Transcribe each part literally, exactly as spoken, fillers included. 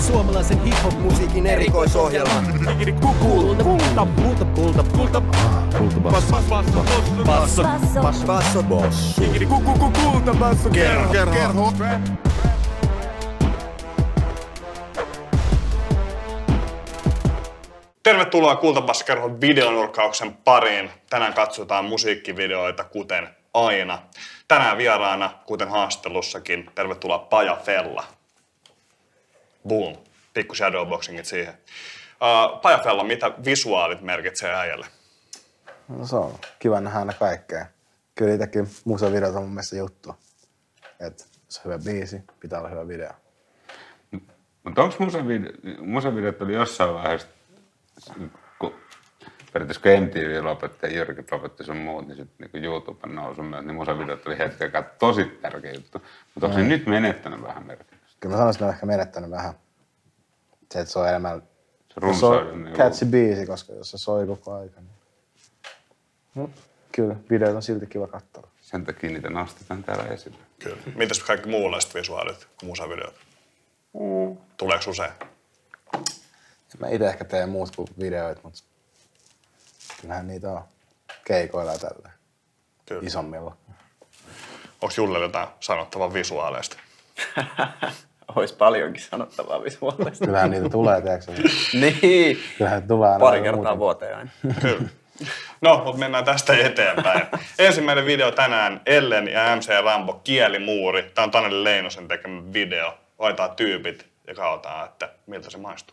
suomalaisen hip-hop-musiikin erikoisohjelma. Kulta, kulta, kulta, kulta, kulta, basso, basso, basso, basso, basso, basso, kulta, basso, kerho, kerho. Tervetuloa Kultabassakerhon videonurkkauksen pariin. Tänään katsotaan musiikkivideoita kuten aina. Tänään vieraana, kuten haastattelussakin, tervetuloa Paja Fella. Boom. Pikku shadowboxingit siihen. Uh, Paja Fella, mitä visuaalit merkitsee äijälle? No se on kiva nähdä aina kaikkea. Kyllä itsekin musavideot on mun mielestä juttu. Että se on hyvä biisi, pitää olla hyvä video. Mutta onko musavide- musavideot oli jossain vaiheessa, kun periaatteessa kun M T V lopetti ja Jyrki lopetti sun muut, niin sitten niin YouTuben nousun myötä, niin musavideot oli hetken tosi tärkeä juttu. Mutta onko se nyt menettänyt vähän merkitystä? Kyllä mä sanoisin, että on ehkä menettänyt vähän. Se, että se on enemmän Se, se on niin catchy biisi, koska jos se soi koko aika, niin... No, kyllä, videot on silti kiva katsoa. Sen takia niitä nostetaan täällä esille. Kyllä. Mitäs kaikki muunlaiset visuaalit kuin musavideot? Mm. Tuleeko usein? Mä itse ehkä teen muut kuin videoita, mutta kyllähän niitä on keikoilla tällä isommilla. Onko Jullella jotain sanottavaa visuaaleista? Ois paljonkin sanottavaa visuaaleista. Kyllähän niitä tulee, tiedätkö? Niin. Kyllähän tulee aina pari kertaa muuten vuoteen aina. Kyllä. No, mutta mennään tästä eteenpäin. Ensimmäinen video tänään, Ellen ja M C Rambo, Kielimuuri. Tää on Taneli Leinosen tekemä video. Otetaan tyypit ja katsotaan, että miltä se maistuu.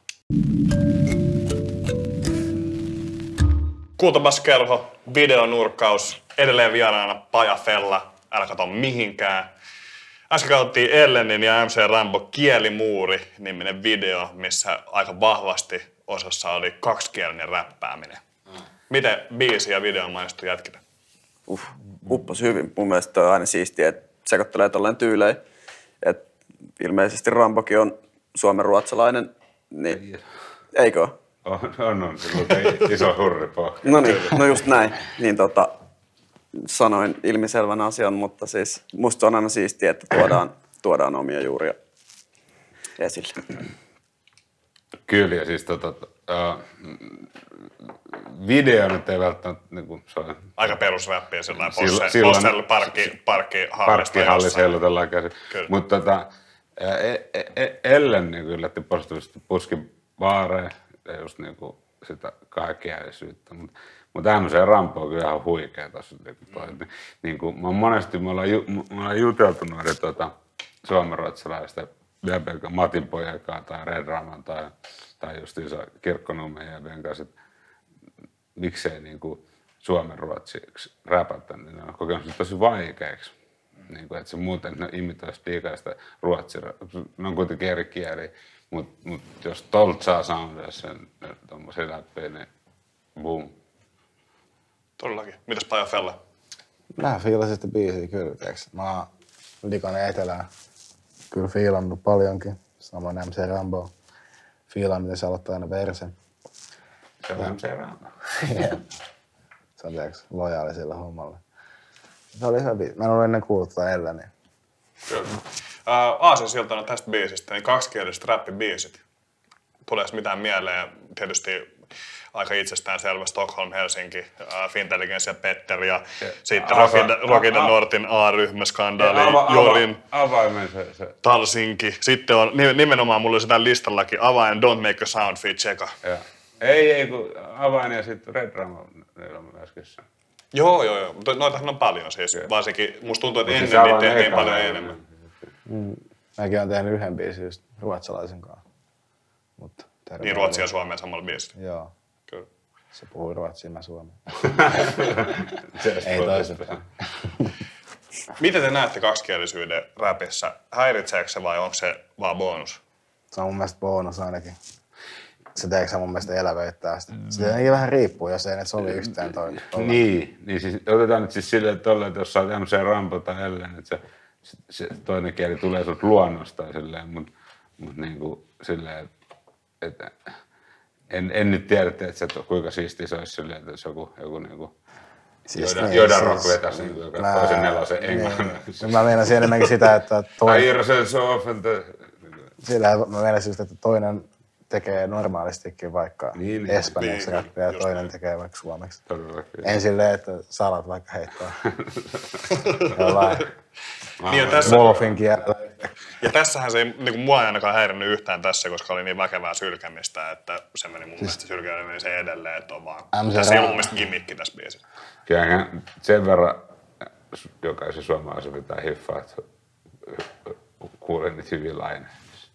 Kultabassakerho, videonurkkaus, edelleen vieraana Paja Fella, älä kato mihinkään. Äsken katsottiin Ellenin ja M C Rambo Kielimuuri -niminen video, missä aika vahvasti osassa oli kaksikielinen räppääminen. Mm. Miten biisi ja video maistuu jätkille? Uff, uppos hyvin. Mun mielestä on aina siistiä, että sekoittelee tolleen tyylejä. Et ilmeisesti Rambokin on suomenruotsalainen, niin eikö ole? On, on, on. Silloin iso hurripo. No niin, no just näin. Niin tota, sanoin ilmiselvän asian, mutta siis musta on aina siistiä, että tuodaan, tuodaan omia juuria esille. Kyllä, ja siis tota, uh, video nyt ei välttämättä niinku se on... Aika perusräppiä sellainen Silloin- posse, posse, parkki, parkki, Parkkihallissa heilutellaan käsi. Mutta tota, e- e- e- Ellen niin yllätti positiivisesti puskin baareen ja just niinku sitä kahdenkielisyttä. Mutta mut M C Rambo on kyllä ihan huikea tossa. Niinku toi, mm. niinku, mä monesti, me ollaan, ju, me ollaan juteltu noiden tota, suomenruotsalaisten jäbien Matin pojakaan tai Red Raman tai, tai just iso Kirkkonummen jäbien kanssa, että miksei niinku suomenruotsiksi räpätä, niin ne on kokenut tosi vaikeaksi. Niin kuin, että se muuten ne imitoisi liikaa sitä ruotsia. Ne on kuitenkin eri kieliä, mutta mut jos tolta saa soundia sen tommosia läppiä, niin boom. Todellakin. Mitäs Paja Fella? Mä fiilasin sitä biisiä kyllä, tiiäks. Mä oon Likainen Etelää kyllä fiilannut paljonkin. Samoin M C Rambo. Fiilaan, miten se aloittaa aina versen. Se on M C Rambo. Se on tiiäks lojaali sillä hommalla. Se oli hyvä biisi. Mä en ollut ennen kuullut tätä Elleniä. Kyllä. Uh, Aasinsiltana tästä biisistä, niin kaksikieliset räppibiisit. Tuleeko mitään mieleen? Tietysti aika itsestäänselvä Stockholm, Helsinki, uh, Fintelligence ja Petter ja, ja sitten Rocky the Northin A-ryhmäskandaali, Jorin, Avaimen se, se. Talsinki. Sitten on nimenomaan, mulla oli sitä listallakin, Avain, Don't Make a Sound feat. Cheka. Ja. Ei, ei, kun Avain ja sitten Red Rama, niillä on äsken se. Joo, joo, joo. Mutta noitahan on paljon siis. Yeah. Varsinkin, musta tuntuu, että Mut ennen siis niitä tehtiin ekana paljon ja enemmän. Mm. Mäkin oon tehnyt yhden biisin just ruotsalaisen kanssa. Mut niin Ruotsia ja Suomea samalla biisillä. Joo. Kyllä. Se puhui ruotsia, mä suomea. Se Ei toisinpäin. Miten te näette kaksikielisyyden räpissä? Häiritseekö se vai onko se vaan bonus? Se on mun mielestä bonus ainakin. Se teekö se mun mielestä elävöittää sitä. Se tietenkin vähän riippuu, jos ei ne sovi yhteen toi. Niin, niin siis otetaan nyt siis silleen, että, tolle, että jos sä oot M C Rambo tai Ellen, että se, se toinen kieli tulee sut luonnostaan silleen, mutta mut niinku silleen, että en, en nyt tiedä, että se, kuinka siistiä se olisi silleen, että jos joku, joku niinku siis joida, niin, joida siis, rock vetäisi niinku joka mä, toisen nelosen englannin. Niin, mä meinasin enemmänkin sitä, että toi... I hear so often the... Sillä mä menisin just, että toinen tekee normaalistikin vaikka Niin, niin. espanjaksi Niin, räppiä ja just toinen niin. tekee vaikka suomeksi. Todellakin. En silleen, että salat vaikka heittää jollain Niin ja, tässä, Wolfin kielellä. ja tässähän se ei niin mua ei ainakaan häirinnyt yhtään tässä, koska oli niin väkevää sylkämistä, että se meni mun mielestä sylkäminen se edelleen, että on vaan... M C Tässä ei Ra- ollut mun mielestä gimmikki tässä biisissä. Kyllähän sen verran jokaisen suomalaisen pitää hiffaa, että kuulin niitä hyviä laineja.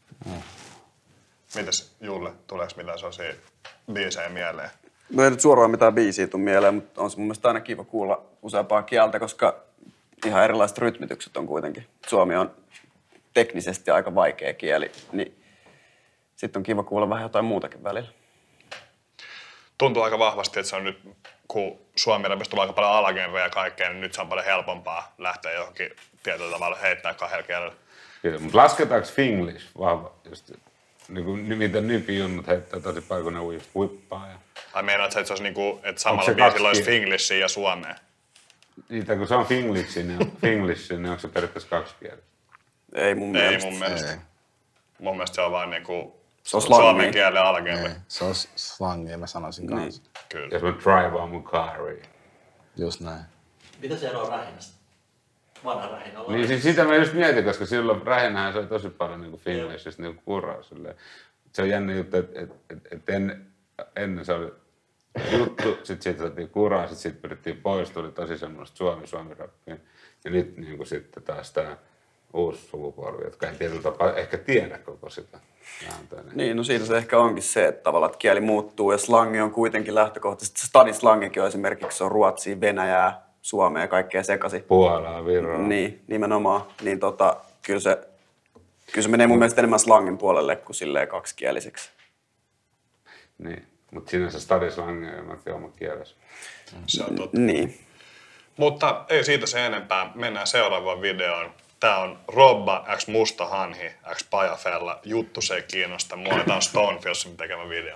Mites Julle, tuleeko mitään sellaisia biisejä mieleen? No ei nyt suoraan mitään biisiä tuu mieleen, mutta on se mun mielestä aina kiva kuulla useampaa kieltä, koska ihan erilaiset rytmitykset on kuitenkin. Suomi on teknisesti aika vaikea kieli, niin sitten on kiva kuulla vähän jotain muutakin välillä. Tuntuu aika vahvasti, että se on nyt, kun suomi-rapista tulee aika paljon alagenreja ja kaikkea, niin nyt se on paljon helpompaa lähteä johonkin tietyllä tavalla heittää kahdella kielellä. Kyllä, mutta lasketaanko Finglish vahva? Just, niin kuin, mitä nykyjunnut heittää tosi paljon, kun ne ui- whippaa. Ja... Ai meinaat, että se olisi niinku, että samalla se biisillä olisi kaksi- Finglishia ja suomea? Niitä, kun se on Finglish, niin, Finglish, niin onko se periaatteessa kaksi kieltä? Ei mun Ei mielestä. mun mielestä. Ei. Mun mielestä se on vaan niinku Se on suomen slangia. kielen alagenre. Ei, se on slangia, mä sanoisin Niin. kanssa. Kyllä. Jos mä drive on mun cari. Just näin. Mitä se eroaa rähinästä? Vanha rähinä on Niin siis sitä mä just mietin, koska silloin rähinähän se oli tosi paljon niin kuin Finglishistä niin kuraa silleen. Se on jännä juttu, että et, et, et en, ennen se oli juttu, sit siitä saatiin kuraa, sit siitä pyrittiin pois, tuli tosi semmoista suomi-suomi-rappia. Ja nyt niin kuin sitten taas tää uusi sukupolvi, jotka ei tietyllä tapaa ehkä tiedä koko sitä ääntöä. Niin, no siitä se ehkä onkin se, että tavallaan että kieli muuttuu ja slangi on kuitenkin lähtökohtaisesti. Stadin slangikin on esimerkiksi se on ruotsia, venäjää, suomea ja kaikkea sekaisin. Puolaa, Viroa. Niin, nimenomaan. Niin tota, kyllä se, kyllä se menee mun mielestä enemmän slangin puolelle kuin silleen kaksikieliseksi. Niin, mutta sinänsä stadislangi on jollakin oma kielessä. Se on totta. Niin. Mutta ei siitä se enempää. Mennään seuraavaan videoon. Tää on Robba x Musta Hanhi x Pajafella. Juttu se ei kiinnosta mua. Tää on Stonefieldsin tekemä video.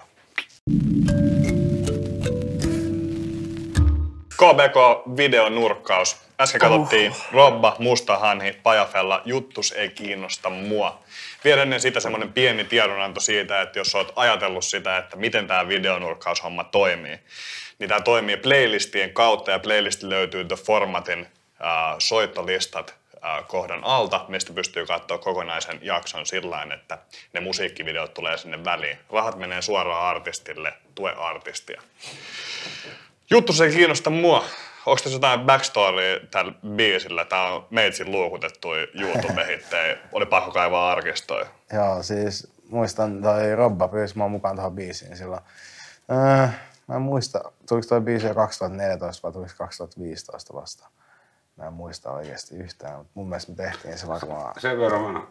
K B K-videon nurkkaus. Äsken katsottiin Robba, Musta Hanhi, Pajafella, Juttus ei kiinnosta mua. Vielä ennen sitä semmonen pieni tiedonanto siitä, että jos oot ajatellut sitä, että miten tää videonurkkaushomma toimii, niin tää toimii playlistien kautta ja playlisti löytyy The Formatin äh, soittolistat äh, kohdan alta, mistä pystyy katsoa kokonaisen jakson sillain, että ne musiikkivideot tulee sinne väliin. Rahat menee suoraan artistille, tue artistia. Juttu se ei kiinnosta mua. Onko tässä jotain backstorya tällä biisillä? Tää on meitsin luukutettu YouTube-hittejä. Oli pakko kaivaa arkistoja. Joo, siis muistan, toi Robba pyysi mua mukaan tuohon biisiin silloin. Öö, mä en muista, tuliko toi biisi jo kaksituhattaneljätoista vai tuliko kaksituhattaviisitoista vasta? Mä en muista oikeasti yhtään, mutta mun mielestä me tehtiin se varmaan. Sen verran vanha.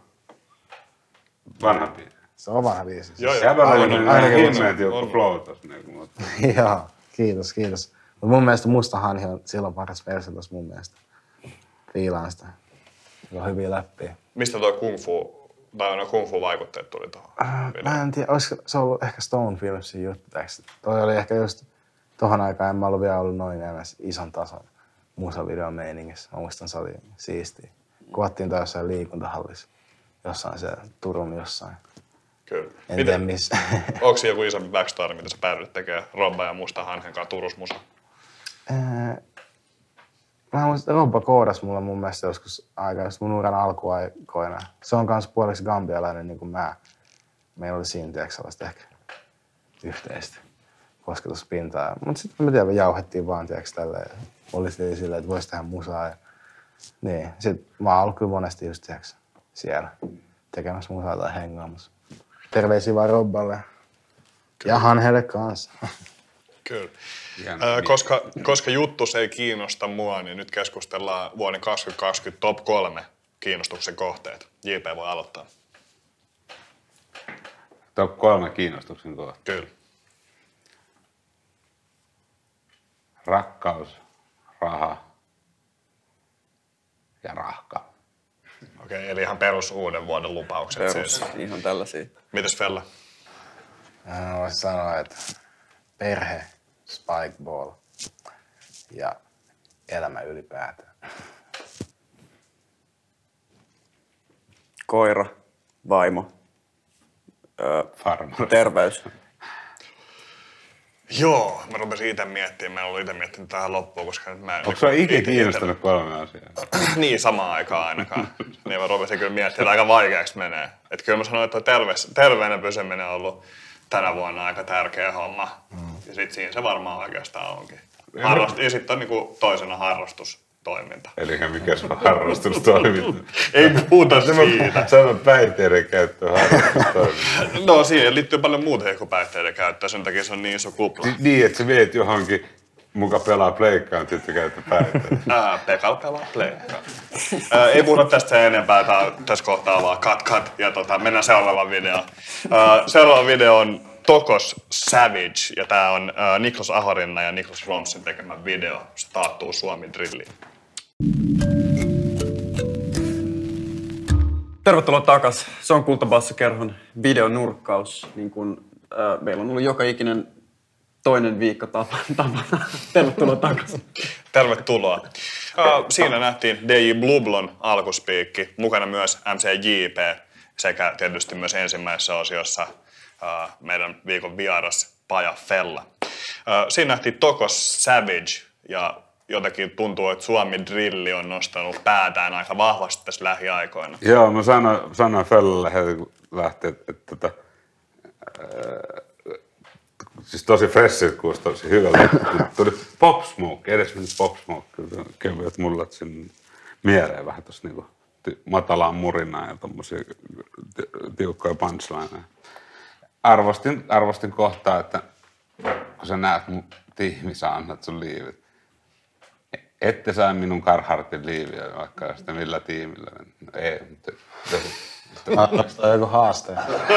Vanha biisi. Se on vanha biisi. Joo, joo. Sen verran Ainakin- on ainakin himmeet on. joku flow tossa. Niin, mutta... Joo, kiitos, kiitos. Mutta mun mielestä Musta Hanhi on silloin paras versio tossa mun mielestä. Fiilaan sitä. Sillä on hyviä läppiä. Mistä toi kung fu, tai no kung fu vaikutteet tuli tuohon? Mä en tiedä, olisiko se ollut ehkä Stone Filmsin juttu. Täks. Toi oli ehkä just tohon aikaan, en mä ollut vielä ollut noin enemmän ison tason musavideon meiningissä. Mä muistan, se oli siistiä. Kuvattiin toi jossain liikuntahallissa. Jossain siellä Turun jossain. Kyllä. En Miten- tiedä missä. Onko siinä joku isompi backstory, mitä sä päädyit tekemään Robba ja Musta Hanhen kanssa Turus musa? Ää, Mä muistan, että Robba koodasi mulle mun mielestä joskus aikaa, just mun uran alkuaikoina. Se on kans puoliksi gambialainen niin kuin mä. Meillä oli siinä tiedätkö sellaista ehkä yhteistä kosketuspintaa. Mutta sitten me tiedä, jauhettiin vaan tiedätkö tälleen. Oli silleen, että vois tehdä musaa. Ja... Niin, sit mä oon ollut kyllä monesti just tiedätkö siellä tekemässä musaa tai hengaamassa. Terveisiä vaan Robballe. Ja Hanhelle kanssa. Kyllä. Ihan Ö, niin. koska, koska juttus ei kiinnosta mua, niin nyt keskustellaan vuoden kaksituhattakaksikymmentä top kolme kiinnostuksen kohteet. J P voi aloittaa. Top kolme kiinnostuksen kohta. Kyllä. Rakkaus, raha ja rahka. Okei, okay, eli ihan perus uuden vuoden lupaukset Perus, siis. ihan tällaisia. Mites Fella? Mä voisin sanoa, että perhe, spikeball ja elämä ylipäätään. Koira, vaimo Farmari. Terveys. Joo, mä rupesin itse miettimään. Mä en ollut itse miettinyt tähän loppuun, koska nyt mä... Onko sä ikinä kiinnostunut kolme asiaa? Niin, samaan aikaan ainakaan. Niin mä rupesin kyllä miettimään, että aika vaikeaksi menee. Että kyllä mä sanoin, että terve, terveenä pysyminen on ollut tänä vuonna aika tärkeä homma. Mm. Ja sit siinä se varmaan oikeastaan onkin. Harrast- ja sitten on niinku toisena harrastustoiminta. Eli mikä se on harrastustoiminta? Ei puhuta siitä. Se on päihteiden käyttö harrastustoiminta. No siihen liittyy paljon muuta kuin päihteiden käyttöä, sen takia se on niin iso kupla. Niin, että sä viet johonkin, muka pelaa pleikkaa, että sitten käyttää päihteitä. Ää, Pekal pelaa pleikkaa. Ää, ei puhuta tästä sen enempää, tää, tässä kohtaa vaan cut cut ja tota, mennään seuraavaan videoon. Ää, seuraava video on Tokos Savage ja tää on ää, Niklas Ahorinna ja Niklas Romsin tekemä video. Se taattuu Suomi drilliin. Tervetuloa takas. Se on Kultabassokerhon videonurkkaus. Niin kun, äh, meillä on ollut joka ikinen toinen viikko tapana. tapana. Tervetuloa takas. Tervetuloa. Uh, siinä nähtiin D J Blublon alkuspiikki, mukana myös M C J P sekä tietysti myös ensimmäisessä osiossa uh, meidän viikon vieras Paja Fella. Uh, siinä nähtiin Tokos Savage ja jotenkin tuntuu, että Suomi drilli on nostanut päätään aika vahvasti tässä lähiaikoina. Joo, mä sanoin, sanoin Fellalle heti kun lähti, että, että, että äh, siis tosi freshit kuulosti tosi hyvältä. Tuli Pop Smoke, edes meni Pop Smoke, kevyet mullat sinne mieleen vähän tossa niinku matalaan murinaan ja tommosia tiukkoja punchlineja. Arvostin, arvostin kohtaa, että kun sä näet mun tiimi, sä annat sun liivit. Ette saa minun Carhartin liiviä, vaikka sitä millä tiimillä. No, ei, mutta... Onko toi joku haaste?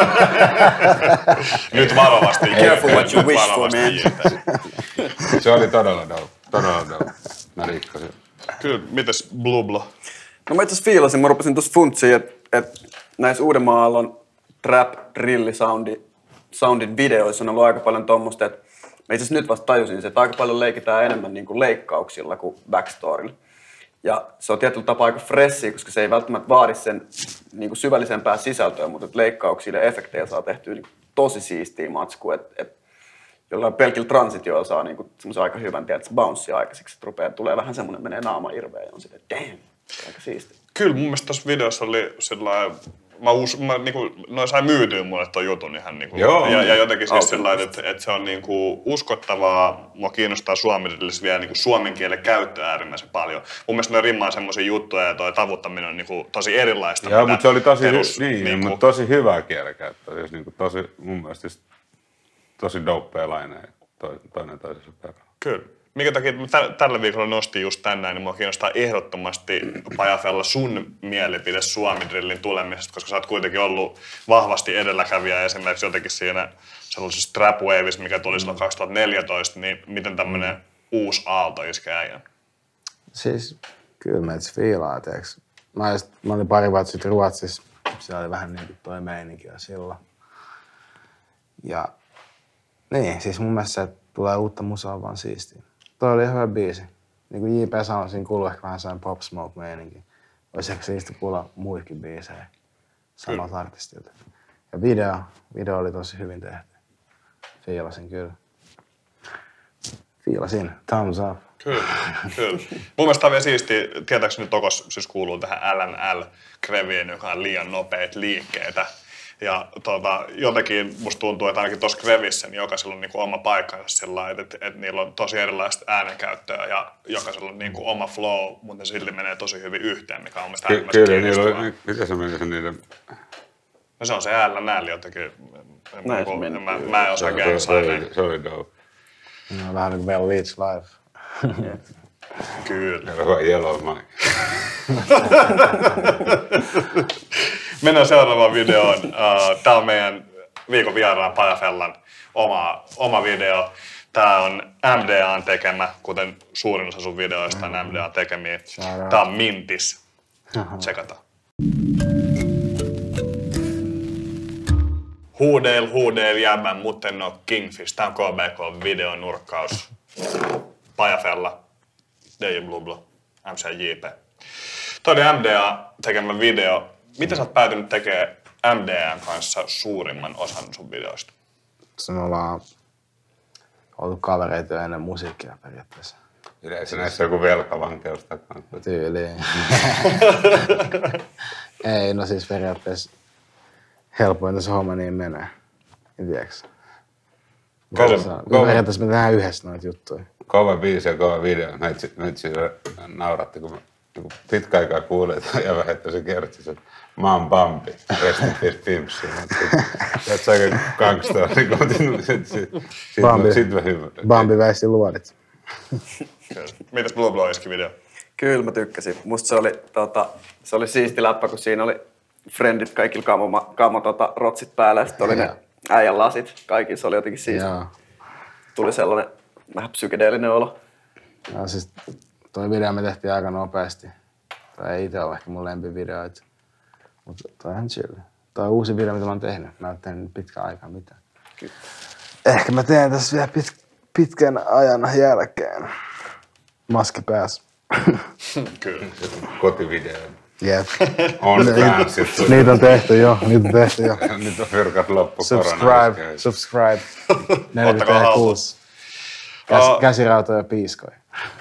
Nyt varovasti. Careful what you wish for, man. Se oli todella dope. Todella dope. Mä rikkasin. Kyllä, mitäs Blublo? No mä itse asiassa fiilasin, mä rupesin tuossa funtsiin, että et näissä Uudenmaallon trap, drilli, soundi, soundin videoissa on ollut aika paljon tommoista, että mä itse asiassa nyt vasta tajusin se, että aika paljon leikitään enemmän niin kuin leikkauksilla kuin backstorylla. Ja se on tietyllä tapaa aika freshia, koska se ei välttämättä vaadi sen niin kuin syvällisempää sisältöä, mutta leikkauksilla ja efektejä saa tehtyä niin tosi siistiä matskua. Että et, jollain pelkillä transitioilla saa niin kuin semmoisen aika hyvän tietysti bouncea aikaiseksi, että rupeaa, tulee vähän semmoinen, menee naama irveä ja on sitten, damn, se on aika siistiä. Kyllä mun mielestä tuossa videossa oli sellainen, mä, us, mä niinku, noin sai myytyä mulle ton jutun ihan niinku, ja, ja jotenkin siis sellainen, että, että se on niinku uskottavaa, mua kiinnostaa suomenkielisesti vielä niinku suomen kielen käyttöä äärimmäisen paljon. Mun mielestä ne rimmaa semmosia juttuja ja toi tavuttaminen on niinku tosi erilaista. Joo, mutta se oli tosi, perus, hy- niin, niinku, mutta tosi hyvää kielenkäyttöä, siis niinku tosi, mun mielestä siis tosi dopea laineen toinen toisensa perään. Kyllä. Minkä takia tä- tällä viikolla nostin just tänään, niin mua kiinnostaa ehdottomasti, Paja Fella, sun mielipide Suomi-drillin tulemisesta, koska sä oot kuitenkin ollut vahvasti edelläkävijä esimerkiksi jotenkin siinä sellaisessa trap waveissa, mikä tuli silloin kaksituhattaneljätoista, niin miten tämmönen uusi aalto iskee äijän? Siis kyllä mä itse fiilaa, tiiäks. Mä, just, mä olin pari vuotta sitten Ruotsissa, siellä oli vähän niinku toi meininki jo silloin. Ja niin, siis mun mielestä se tulee uutta musaa vaan siistiä. Toi oli hyvä biisi. Niin kuin J P sanoi, siinä kuului ehkä vähän sellainen Pop Smoke-meininki. Olisi ehkä siisti kuulla muihinkin biisejä samalta artistilta. Ja video, video oli tosi hyvin tehty. Fiilasin kyllä. Fiilasin. Thumbs up. Kyllä, kyllä. Mun mielestä on vielä siistiä, tietääks nyt Tokos siis kuuluu tähän L N L-kreviin, joka on liian nopeita liikkeitä. Ja tota, jotenkin musta tuntuu, että ainakin tuossa Krevissä niin jokaisella on niinku oma paikkansa sillä lailla, että, että niillä on tosi erilaista äänenkäyttöä ja jokaisella on niinku oma flow, mutta ne silti menee tosi hyvin yhteen, mikä on mielestäni äärimmäisen Kyllä, kiinnostavaa. niillä on, mitä se meni se niiden... No se on se L N L jotenkin. Näin se meni. Mä, mä en osaa se, se, gang se oli dope. No, vähän niin kuin Bell Leach live. Kyllä. Hyvä Yellow Mike. Mennään seuraavaan videoon. Tää on meidän viikon vieraan Paja Fellan oma, oma video. Tää on M D A:n tekemä, kuten suurin osa sun videoista on M D A:n tekemiä. Tää on Mintis. Tsekataan. Huudeel, huudeel, jäbän, mutten oo Kingfish. Tää on K B K-videon nurkkaus. Paja Fella, D J Blublo, M C J P. Toi oli M D A tekemä video. Miten sä oot päätynyt tekemään M D N kanssa suurimman osan sun videoista? Se me ollaan oltu kavereita jo ennen musiikkia periaatteessa. Yleensä näissä joku velkavankeus takana. Tyyliin. Ei, no siis periaatteessa helpointa se homma niin menee. En tiedäks. Periaatteessa me tehdään yhdessä noita juttuja. Kova biisi ja kova video. Meitä meitä siinä nauratti, kun mä niin pitkä aikaa kuulin, ja vähän, että se kertsi sen. Mä oon Bambi, rest in peace Pimpsi. That's aika gangsta. Bambi, sit mä ymmärrän. Bambi väisti luodit. Mitäs Blue Blow-iski video? Kyllä mä tykkäsin. Musta se oli, tota, se oli siisti läppä, kun siinä oli friendit kaikilla kamo, kamo tota, rotsit päällä. Sitten oli ne äijän lasit. Kaikilla se oli jotenkin siisti. Joo. Tuli sellainen vähän psykedeellinen olo. Ja siis toi video me tehtiin aika nopeasti. Toi ei ite ole ehkä mun lempivideoita. Mutta toi on ihan chill. Toi on uusi video, mitä mä oon tehnyt. Mä oon tehnyt pitkän aikaa mitään. Kyllä. Ehkä mä teen tässä vielä pit, pitkän ajan jälkeen. Maski pääs. Kyllä. Kotivideo. Jep. On päässyt. Niitä on tehty jo, niitä on tehty jo. Nyt on fyrkat loppu. Subscribe, subscribe. neljä kuusi. Käs, käsirautoja ja piiskoja.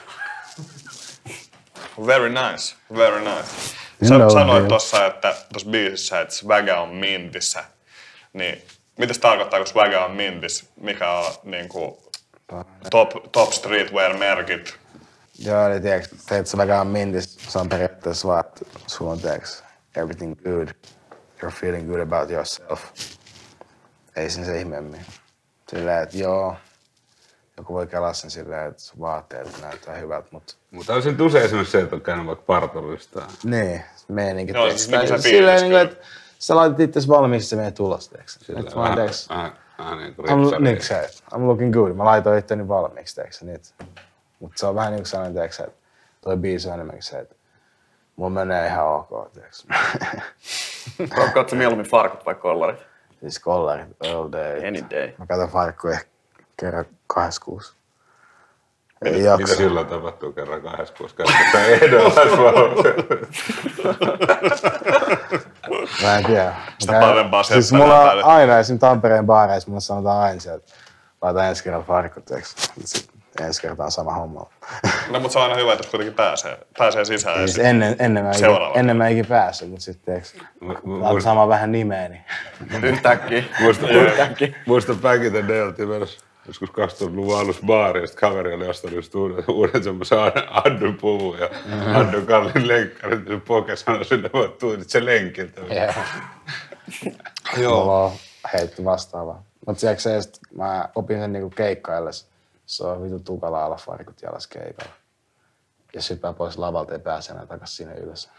Very nice, very nice. Sä no, sanoit no. tossa, että tossa biisissä, että Swagga on mintissä. Niin, mitä se tarkoittaa, kun Swagga on mintissä? Mikä on niinku top, top streetwear-merkit? Joo, eli tiiäks, teet Swagga on mintissä. Se on periaatteessa vaan, että sulla on tiiäks, everything good. You're feeling good about yourself. Ei sen se ihmeemmin. Silleen, että joo. Joku voi kelaa sen silleen, että sun vaatteet näyttää hyvältä, mutta... Mutta on se nyt usein esimerkiksi se, että on käynyt vaikka parturista. Niin, meininki. Joo, siis niinku se silleen, fiilis, niin että sä laitat itses valmiiksi, se menee tulos, teeksi. Silleen Että mä vähän, teeks... vähän, vähän niin kuin I'm, ripsari. niin se, I'm looking good. Mä laitoin itteni valmiiksi, teeksi nyt. Mutta se on vähän niin kuin sellainen, teeksi, että toi biisi on enemmänkin se, että mulla menee ihan ok, teeksi. Rokkaatko mieluummin farkut vai kollarit? Siis kollarit all day. Any day. Mä käytän farkkuja ehkä kerran kahdessa kuussa. Ei Mitä jaksa. silloin tapahtuu kerran kahdessa kuussa? Käytetään ehdonlaisvalvontaa. Mä en tiedä. Sitä Mä- parempaa Siis seppälää mulla on päälle. aina, esim. Tampereen baareissa mulle sanotaan aina se, että laita ensi kerralla farkut, eikö? Sitten ensi kertaa on sama homma. No, mutta se on aina hyvä, että jos kuitenkin pääsee, pääsee sisään. ja Siis sit- ennen, ennen, mä Seuraava. ikin, ennen mä ikin päässyt, mutta sitten eikö? Mu- Laita mu- sama vähän nimeeni. Yhtäkkiä. Muista, muista back in the day oltiin menossa joskus kaksituhattaluvun alussa baariin, ja sitten kaveri oli ostanut just uuden, uuden semmoisen Addun puvun ja Addun kallin lenkkarit, ja se poke sanoi sille, että tuutit se lenkiltä. Joo. Mulla on heitty vastaavaa. Mutta tiedätkö se, että mä opin sen niinku keikkaillessa. Se on vitu tukala alla farkut jalas keikalla. Ja syppää pois lavalta ei pääse enää takas sinne ylös.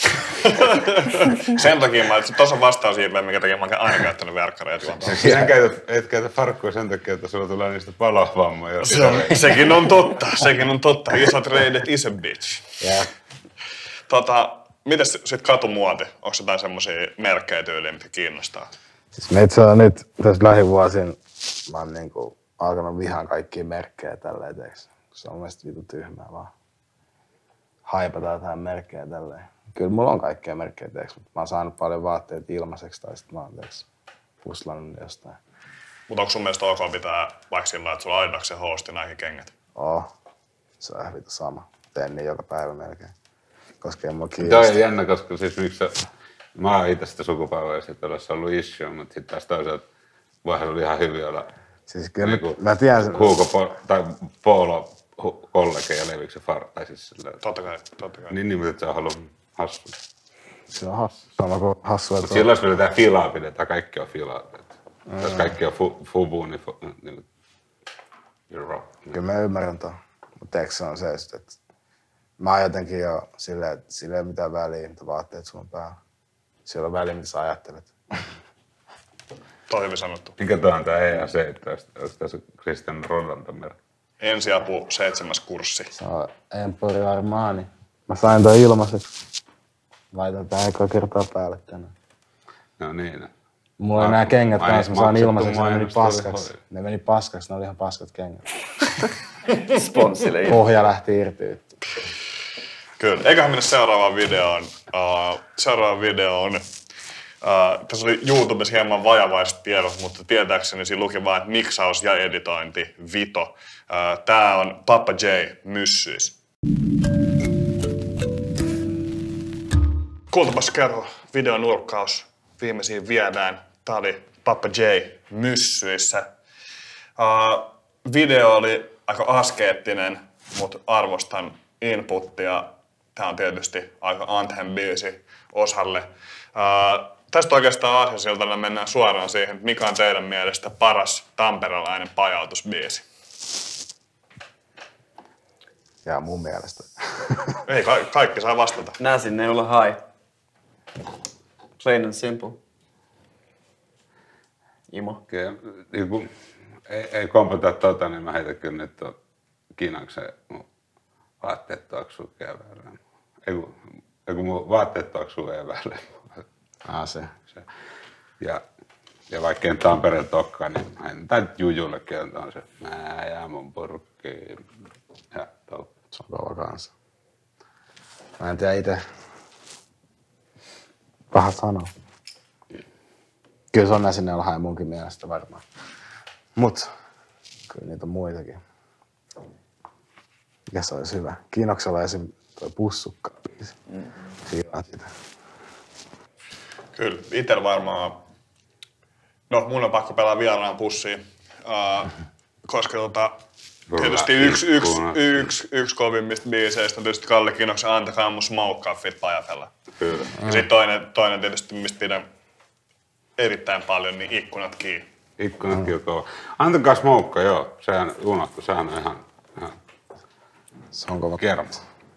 Sen takia mä, että tuossa on vastaus siihen, minkä takia mä oon aina käyttänyt verkkareita juontoon. Sinä käytät, et käytä farkkuja sen takia, että sulla tulee niistä palovammoja. Se on, sekin on totta, sekin on totta. Isot reidet, is a bitch. Yeah. Tota, mites sit katumuoti? Onko jotain semmosia merkkejä tyyliä, mitkä kiinnostaa? Siis meitä on nyt tässä lähivuosina, mä oon niinku alkanut vihaan kaikkia merkkejä tälleen, teeks. Se on mun mielestä vitu tyhmää vaan. Haipataan jotain merkkejä tälleen. Kyllä mulla on kaikkea merkkejä, teeks, mutta mä oon saanut paljon vaatteita ilmaiseksi tai sit mä oon teeks puslannut jostain. Mutta onko sun mielestä ok pitää vaikka sillä, että sulla on Adidaksen hosti näihin kengät? Oo. Se on ihan vitu sama. Teen niin joka päivä melkein. Koska ei mua Tämä on kiinnosta. jännä, koska siis miksi se, mä oon itse sitä sukupolvea sitten olisi ollut issue, mutta sitten taas toisaalta voihan oli ihan hyvin olla Siis kyllä niinku mä tiedän sen. Hugo po, tai Polo hu- kollege ja leviksen far, tai siis silleen. Totta kai, totta kai. Niin, niin, mutta se on ollut hassu. Se on hassu. Sama kuin hassu, että Mutta silloin jos vielä tää filaa pidetään, kaikki on filaa. Mm. Jos kaikki on fu, fubu, niin, fu, niin you're rock. kyllä mä ymmärrän ton. Mutta eikö se on se, että mä oon jotenkin jo silleen, että sillä ei ole mitään väliä, mitä vaatteet sulla on päällä. Sillä on väliä, mitä sä ajattelet. Toi on hyvin sanottu. Mikä tää on tää E A seitsemän? Onko tässä Christian Ronaldo? Ensiapu seitsemäs kurssi. Se on Emporio Armani. Mä sain ton ilmaiseksi. Laitan tää ekaa kertaa päälle tänään. No niin. Mulla oli nää kengät Main- kanssa, mä sain maksettu ilmaiseksi, ne meni mainos tuli paskaksi. hoidon. Ne meni paskaksi, ne oli ihan paskat kengät. Sponssille. Pohja lähti irti. Kyllä. Eiköhän mennä seuraavaan videoon. Uh, seuraava video on Uh, tässä oli YouTubessa hieman vajavaiset tiedot, mutta tietääkseni siinä luki vain, että miksaus ja editointi, Vito. Uh, tää on Pappa J Myssyis. Kultapas kerro, videonurkkaus viimeisiin viedään. Tää oli Pappa J Myssyissä. Uh, video oli aika askeettinen, mutta arvostan inputtia. Tää on tietysti aika anthem-biisi osalle. Uh, tästä oikeastaan aasinsiltana mennään suoraan siihen, mikä on teidän mielestä paras tamperelainen pajautusbiisi? Ja mun mielestä. Ei, ka- kaikki saa vastata. Nää sinne ei olla high. Plain and simple. Imo. Okay. Niin ei, ei kompata tota, niin mä heitän kyllä nyt on Kinaksen mun vaatteet tuoksuu keväällä. Ei kun, ei kun mun vaatteet tuoksuu keväällä. Ah, se. se. Ja, ja vaikka en Tampereen tokkaan, niin mä en tää nyt Jujullekin on se. Mä jää mun purkkiin. Ja touko. Se on kova kanssa. Mä en tiedä ite. Paha sanoa. Kyllä se on näin alhaen munkin mielestä varmaan. Mut, kyllä niitä on muitakin. Mikä se olisi hyvä? Kiinoksella esim. Toi Pussukka-biisi. Mm. Siinä sitä. Kyllä, itsellä varmaan. No, mun on pakko pelaa vieraan pussiin. Uh, koska tota, tietysti yksi, yksi, yksi, yksi kovimmista biiseistä on tietysti Kalle Kinoksen Antakaa mun smoukkaa fit pajatella. Kyllä. Ja sitten toinen, toinen tietysti, mistä pidän erittäin paljon, niin Ikkunat kiinni. Ikkunatkin on kova. Antakaa smoukkaa, joo. Sehän unohtu, sehän on ihan, ihan Se on kova kerma.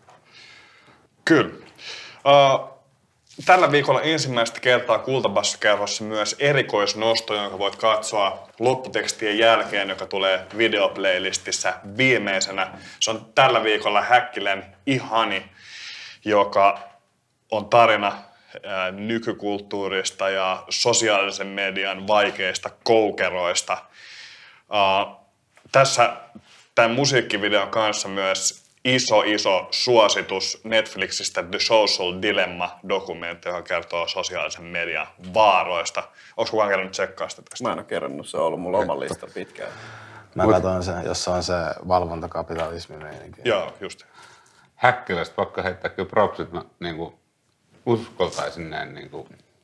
Kyllä. Uh, tällä viikolla ensimmäistä kertaa Kultabassokerhossa myös erikoisnosto, jonka voit katsoa lopputekstien jälkeen, joka tulee videoplaylistissä viimeisenä. Se on tällä viikolla Häkkilän Ihani, joka on tarina ää, nykykulttuurista ja sosiaalisen median vaikeista koukeroista. Uh, tässä tämän musiikkivideon kanssa myös iso, iso suositus Netflixistä The Social Dilemma-dokumentti, joka kertoo sosiaalisen median vaaroista. Onko kukaan kerännyt tsekkaa sitä tästä? Mä en ole kerännyt, se on ollut mulla oma lista pitkään. Mä katsoin sen, jossa on se valvontakapitalismi-meininki. Joo, just. Häkkilästä pakko heittää kyllä propsit. Mä niinku uskoltaisin näin niinku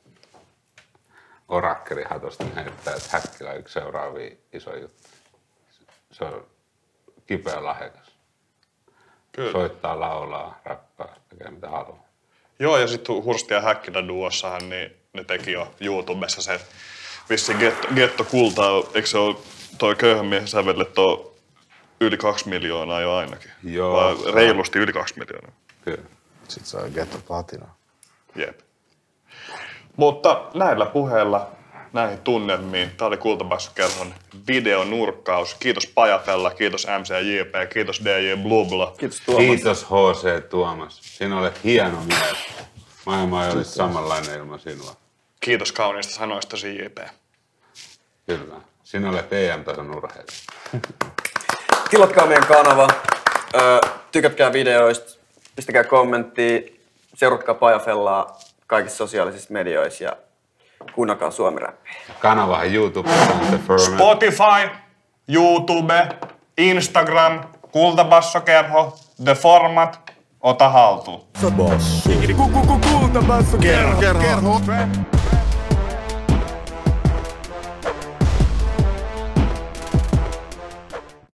orakkelihatosta heittää, että Häkkilä on yksi seuraavia iso juttu. Se on kipeä lahjakas. Kyllä. Soittaa, laulaa, rappaa, tekee mitä haluaa. Joo, ja sitten Hursti ja Häkkilä duossahan, niin ne teki jo YouTubessa sen vissiin getto, getto kultaa. Eikö se ole toi köyhän miehen sävelle tuo yli kaksi miljoonaa jo ainakin? Joo. Vai reilusti yli kaksi miljoonaa? Kyllä. Sitten se on Getto Platina. Jep. Mutta näillä puheilla näihin tunnelmiin. Tämä oli Kultabassokerhon videonurkkaus. Kiitos Pajafella, kiitos M C J P, kiitos D J Blubla. Kiitos Tuomas. Kiitos H C Tuomas. Sinä olet hieno mies. Maailma ei olisi samanlainen ilman sinua. Kiitos kauniista sanoista J P. Kyllä. Sinä olet E M-tason urheilija. Tilatkaa meidän kanava, öö, tykätkää videoista, pistäkää kommenttia, seuratkaa Pajafellaa kaikissa sosiaalisissa medioissa ja kuunnelkaa Suomi-räppiä. Kanavahan YouTube, The Firmat. Spotify, YouTube, Instagram, Kultabassokerho, The Format, ota haltuun. Kultabassokerho.